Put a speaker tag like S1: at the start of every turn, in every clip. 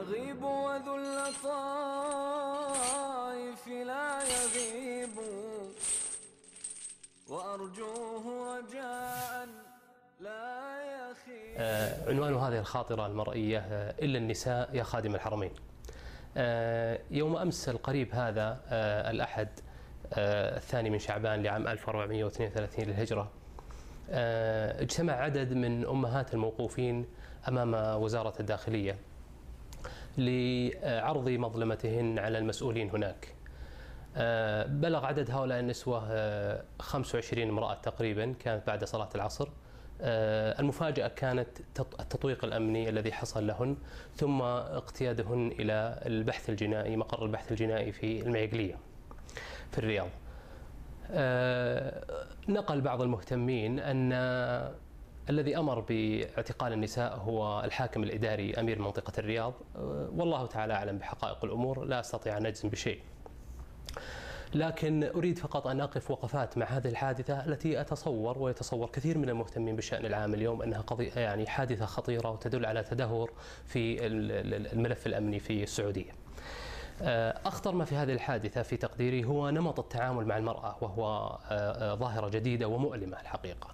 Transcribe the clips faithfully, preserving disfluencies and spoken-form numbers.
S1: يغيب وذل الطائف لا يغيب، وأرجوه رجاء لا يخيب.
S2: آه عنوان هذه الخاطرة المرئية آه إلا النساء يا خادم الحرمين. آه يوم أمس القريب هذا آه الأحد آه الثاني من شعبان لعام ألف وأربعمئة واثنين وثلاثين للهجرة، آه اجتمع عدد من أمهات الموقوفين أمام وزارة الداخلية لعرض مظلمتهن على المسؤولين هناك. آه بلغ عدد هؤلاء النسوة آه خمس وعشرين امرأة تقريبا، كانت بعد صلاة العصر. آه المفاجأة كانت التطويق الأمني الذي حصل لهن، ثم اقتيادهن إلى البحث الجنائي، مقر البحث الجنائي في المعيقلية في الرياض. آه نقل بعض المهتمين أن الذي أمر باعتقال النساء هو الحاكم الإداري أمير منطقة الرياض. آه والله تعالى أعلم بحقائق الأمور، لا أستطيع أن أجزم بشيء، لكن أريد فقط أن أقف وقفات مع هذه الحادثة التي أتصور ويتصور كثير من المهتمين بالشأن العام اليوم أنها قضية يعني حادثة خطيرة وتدل على تدهور في الملف الأمني في السعودية. أخطر ما في هذه الحادثة في تقديري هو نمط التعامل مع المرأة، وهو ظاهرة جديدة ومؤلمة الحقيقة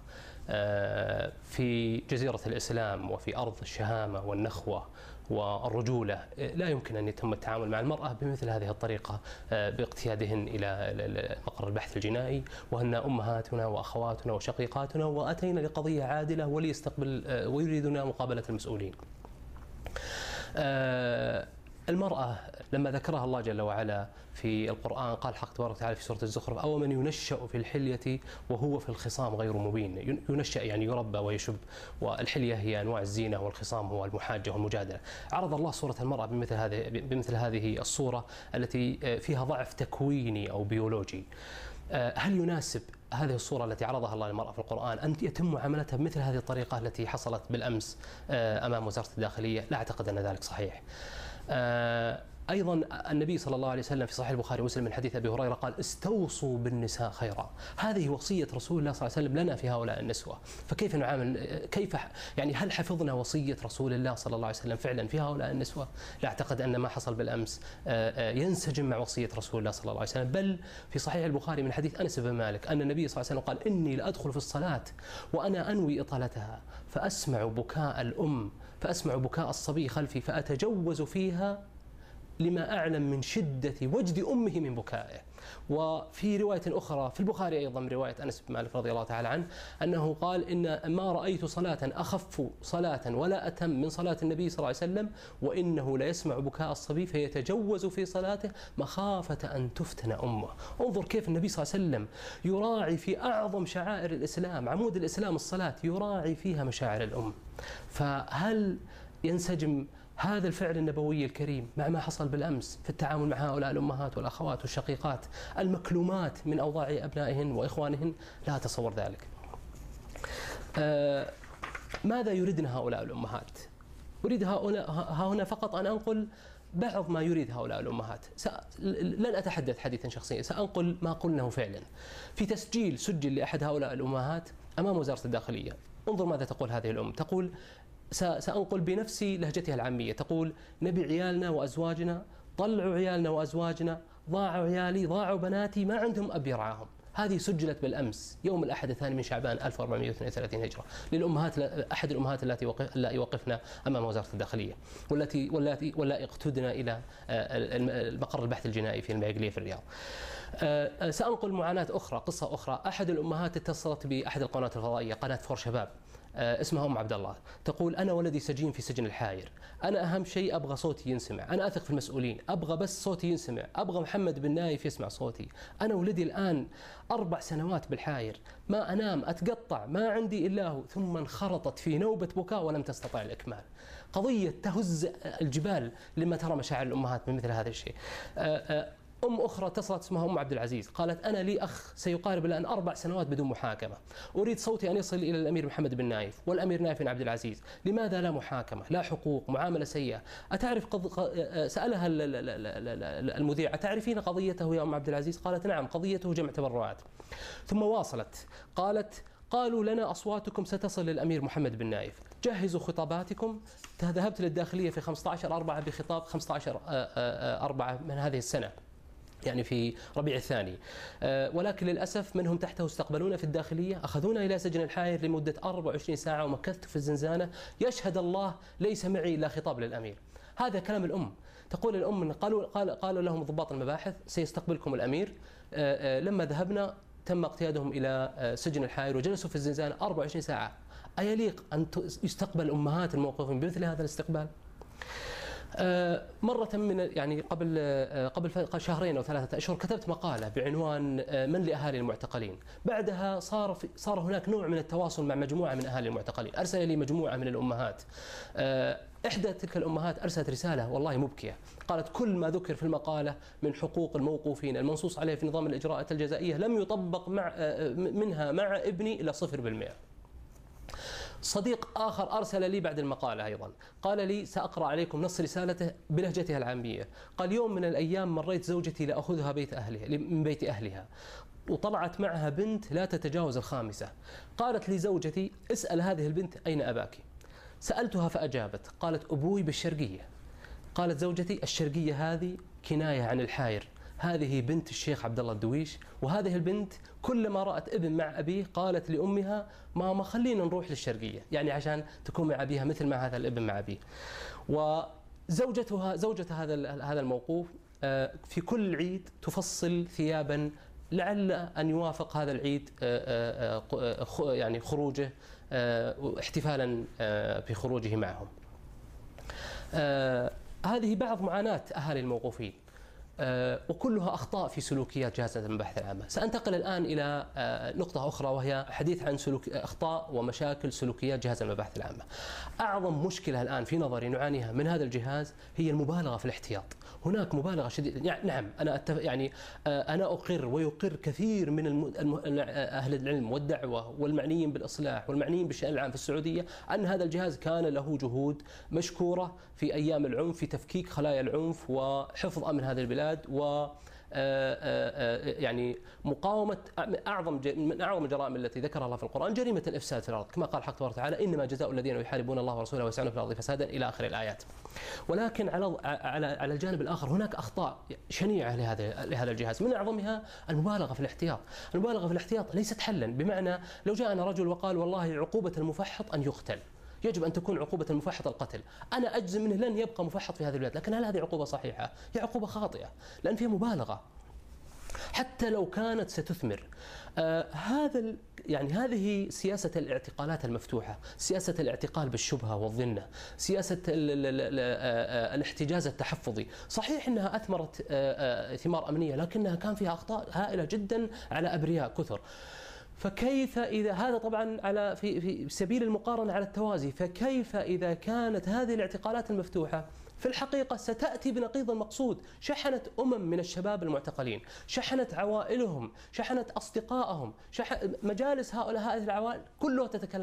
S2: في جزيرة الإسلام وفي أرض الشهامة والنخوة والرجولة. لا يمكن أن يتم التعامل مع المرأة بمثل هذه الطريقة باقتيادهن إلى مقر البحث الجنائي، وهن أمهاتنا وأخواتنا وشقيقاتنا، وأتينا لقضية عادلة وليستقبل ويريدنا مقابلة المسؤولين. المرأة لما ذكرها الله جل وعلا في القرآن قال حق تبارك وتعالى في سورة الزخرف: أو من ينشأ في الحلية وهو في الخصام غير مبين. ينشأ يعني يربى ويشب، والحلية هي أنواع الزينة، والخصام هو المحاجة والمجادلة. عرض الله صورة المرأة بمثل هذه بمثل هذه الصورة التي فيها ضعف تكويني أو بيولوجي. هل يناسب هذه الصورة التي عرضها الله للمرأة في القرآن أن يتم معاملتها بمثل هذه الطريقة التي حصلت بالأمس أمام وزارة الداخلية؟ لا أعتقد أن ذلك صحيح. أيضا النبي صلى الله عليه وسلم في صحيح البخاري ومسلم من حديث أبي هريرة قال: استوصوا بالنساء خيرا. هذه وصية رسول الله صلى الله عليه وسلم لنا في هؤلاء النسوة، فكيف نعامل؟ كيف يعني هل حفظنا وصية رسول الله صلى الله عليه وسلم فعلا في هؤلاء النسوة؟ لا أعتقد أن ما حصل بالأمس ينسجم مع وصية رسول الله صلى الله عليه وسلم. بل في صحيح البخاري من حديث أنس بن مالك أن النبي صلى الله عليه وسلم قال: إني لأدخل في الصلاة وأنا أنوي إطالتها فأسمع بكاء الأم فأسمع بكاء الصبي خلفي فأتجوز فيها لما أعلم من شدة وجد أمه من بكائه. وفي رواية أخرى في البخاري أيضا من رواية أنس بن مالك رضي الله تعالى عنه أنه قال: إن ما رأيت صلاة أخف صلاة ولا أتم من صلاة النبي صلى الله عليه وسلم، وإنه لا يسمع بكاء الصبي فيتجوز في صلاته مخافة أن تفتن أمه. انظر كيف النبي صلى الله عليه وسلم يراعي في أعظم شعائر الإسلام، عمود الإسلام الصلاة، يراعي فيها مشاعر الأم. فهل ينسجم هذا الفعل النبوي الكريم مع ما حصل بالأمس في التعامل مع هؤلاء الأمهات والأخوات والشقيقات المكلومات من أوضاع أبنائهن وإخوانهن؟ لا أتصور ذلك. آه ماذا يريدن هؤلاء الأمهات؟ أريد ها هنا فقط أن أنقل بعض ما يريد هؤلاء الأمهات. لن أتحدث حديثا شخصيا، سأنقل ما قلناه فعلا في تسجيل سجل لأحد هؤلاء الأمهات أمام وزارة الداخلية. انظر ماذا تقول هذه الأم. تقول، سأنقل بنفس لهجتها العامية، تقول: نبي عيالنا وأزواجنا، طلعوا عيالنا وأزواجنا، ضاعوا عيالي، ضاعوا بناتي، ما عندهم أب يرعاهم. هذه سجلت بالأمس يوم الأحد الثاني من شعبان ألف وأربعمئة واثنين وثلاثين هجرة للأمهات، أحد الأمهات التي وقف التي وقفنا أمام وزارة الداخلية، والتي والتي واللائي اقتدنا إلى مقر البحث الجنائي في المعيقلية في الرياض. سأنقل معاناة أخرى، قصة أخرى. أحد الأمهات اتصلت بأحد القنوات الفضائية، قناة فور شباب، اسمها أم عبد الله، تقول: أنا ولدي سجين في سجن الحاير، أنا أهم شيء أبغى صوتي ينسمع، أنا أثق في المسؤولين، أبغى بس صوتي ينسمع، أبغى محمد بن نايف يسمع صوتي. أنا ولدي الآن أربع سنوات بالحاير، ما أنام، أتقطع، ما عندي إلا هو. ثم انخرطت في نوبة بكاء ولم تستطع الإكمال. قضية تهز الجبال لما ترى مشاعر الأمهات من مثل هذا الشيء. أم أخرى اتصلت اسمها أم عبد العزيز، قالت: أنا لي أخ سيقارب الآن أربع سنوات بدون محاكمة، أريد صوتي أن يصل إلى الأمير محمد بن نايف والأمير نايف بن عبد العزيز، لماذا لا محاكمة، لا حقوق، معاملة سيئة؟ أتعرف قض... سألها المذيع: أتعرفين قضيته يا أم عبد العزيز؟ قالت: نعم، قضيته جمع تبرعات. ثم واصلت قالت: قالوا لنا أصواتكم ستصل للأمير محمد بن نايف. جهزوا خطاباتكم. ذهبت للداخلية في خمسة عشر أربعة بخطاب خمسة عشر أربعة من هذه السنة، يعني في ربيع الثاني، ولكن للأسف منهم تحته استقبلونا في الداخلية، أخذونا إلى سجن الحاير لمدة أربعة وعشرين ساعة ومكثت في الزنزانة. يشهد الله ليس معي إلا خطاب للأمير. هذا كلام الأم. تقول الأم قالوا قال قالوا لهم ضباط المباحث سيستقبلكم الأمير. لما ذهبنا تم اقتيادهم إلى سجن الحاير وجلسوا في الزنزانة أربعة وعشرين ساعة. أيليق أن يستقبل أمهات الموقوفين بمثل هذا الاستقبال؟ مرة من يعني قبل قبل شهرين أو ثلاثة أشهر كتبت مقالة بعنوان من لأهالي المعتقلين. بعدها صار في صار هناك نوع من التواصل مع مجموعة من أهالي المعتقلين. أرسل لي مجموعة من الأمهات. إحدى تلك الأمهات أرسلت رسالة والله مبكية، قالت كل ما ذكر في المقالة من حقوق الموقوفين المنصوص عليه في نظام الإجراءات الجزائية لم يطبق مع منها مع ابني إلى صفر بالمئة. صديق آخر أرسل لي بعد المقالة أيضا، قال لي سأقرأ عليكم نص رسالته بلهجتها العامية. قال يوم من الأيام مريت زوجتي لأخذها بيت أهلها من بيت أهلها، وطلعت معها بنت لا تتجاوز الخامسة. قالت لي زوجتي اسأل هذه البنت أين أباك؟ سألتها فأجابت، قالت أبوي بالشرقية. قالت زوجتي الشرقية هذه كناية عن الحاير، هذه بنت الشيخ عبد الله الدويش، وهذه البنت كلما رأت ابن مع أبيه قالت لأمها ماما خلينا نروح للشرقية، يعني عشان تكون مع أبيها مثل ما هذا الابن مع أبيه. وزوجتها زوجة هذا هذا الموقوف في كل عيد تفصل ثيابا لعل أن يوافق هذا العيد يعني خروجه احتفالا بخروجه معهم. هذه بعض معاناة أهالي الموقوفين، وكلها أخطاء في سلوكيات جهاز المباحث العامة. سأنتقل الآن إلى نقطة أخرى وهي حديث عن سلوك أخطاء ومشاكل سلوكيات جهاز المباحث العامة. أعظم مشكلة الآن في نظري نعانيها من هذا الجهاز هي المبالغة في الاحتياط. هناك مبالغة شديدة، يعني نعم أنا أتفق، يعني أنا أقر ويقر كثير من الم... أهل العلم والدعوة والمعنيين بالإصلاح والمعنيين بالشأن العام في السعودية أن هذا الجهاز كان له جهود مشكورة في أيام العنف في تفكيك خلايا العنف وحفظ أمن هذه البلاد و يعني مقاومة أعظم من أعظم الجرائم التي ذكرها الله في القرآن، جريمة الإفساد في الأرض، كما قال حق تبارك وتعالى إنما جزاء الذين يحاربون الله ورسوله ويسعون في الأرض فسادا إلى آخر الآيات. ولكن على على على الجانب الآخر هناك أخطاء شنيعة لهذا لهذا الجهاز، من أعظمها المبالغة في الاحتياط. المبالغة في الاحتياط ليست حلا، بمعنى لو جاءنا رجل وقال والله عقوبة المفحط أن يقتل، يجب أن تكون عقوبة المفحط القتل، أنا أجزم منه لن يبقى مفحط في هذه البلاد، لكن هل هذه عقوبة صحيحة؟ هي عقوبة خاطئة لأن فيها مبالغة حتى لو كانت ستثمر. آه هذا يعني هذه سياسة الاعتقالات المفتوحة، سياسة الاعتقال بالشبهة والظنة، سياسة ال ال ال ال الاحتجاز التحفظي. صحيح أنها أثمرت آه ثمار أمنية، لكنها كان فيها أخطاء هائلة جدا على أبرياء كثر. فكيف إذا هذا طبعا على في في سبيل المقارنة على التوازي، فكيف إذا كانت هذه الاعتقالات المفتوحة في الحقيقة ستأتي بنقيض المقصود، شحنت أمم من الشباب المعتقلين، شحنت عوائلهم، شحنت أصدقائهم، شح... مجالس هؤلاء هذه العوائل كلها تتكلم